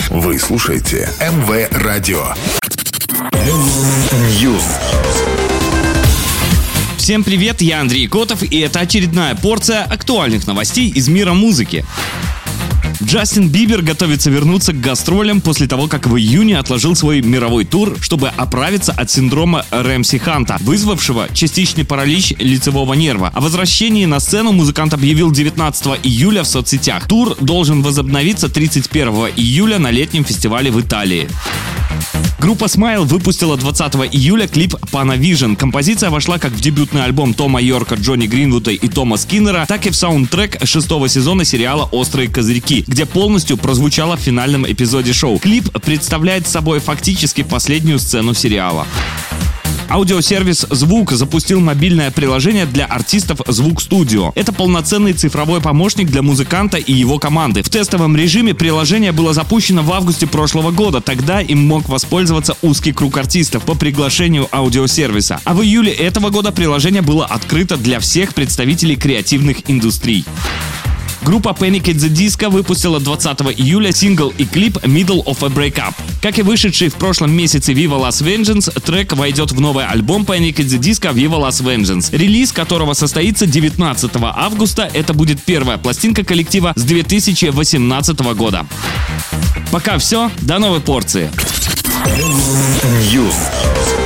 Вы слушаете МВ Радио. News. Всем привет, я Андрей Котов, и это очередная порция актуальных новостей из мира музыки. Джастин Бибер готовится вернуться к гастролям после того, как в июне отложил свой мировой тур, чтобы оправиться от синдрома Рэмси-Ханта, вызвавшего частичный паралич лицевого нерва. О возвращении на сцену музыкант объявил 19 июля в соцсетях. Тур должен возобновиться 31 июля на летнем фестивале в Италии. Группа Smile выпустила 20 июля клип Panavision. Композиция вошла как в дебютный альбом Тома Йорка, Джонни Гринвуда и Тома Скиннера, так и в саундтрек 6-го сезона сериала «Острые козырьки», где полностью прозвучала в финальном эпизоде шоу. Клип представляет собой фактически последнюю сцену сериала. Аудиосервис «Звук» запустил мобильное приложение для артистов «Звук Студио». Это полноценный цифровой помощник для музыканта и его команды. В тестовом режиме приложение было запущено в августе прошлого года. Тогда им мог воспользоваться узкий круг артистов по приглашению аудиосервиса. А в июле этого года приложение было открыто для всех представителей креативных индустрий. Группа Panic! At the Disco выпустила 20 июля сингл и клип «Middle of a Breakup». Как и вышедший в прошлом месяце Viva Las Vengeance, трек войдет в новый альбом Panic! At the Disco Viva Las Vengeance, релиз которого состоится 19 августа. Это будет первая пластинка коллектива с 2018 года. Пока все, до новой порции. News.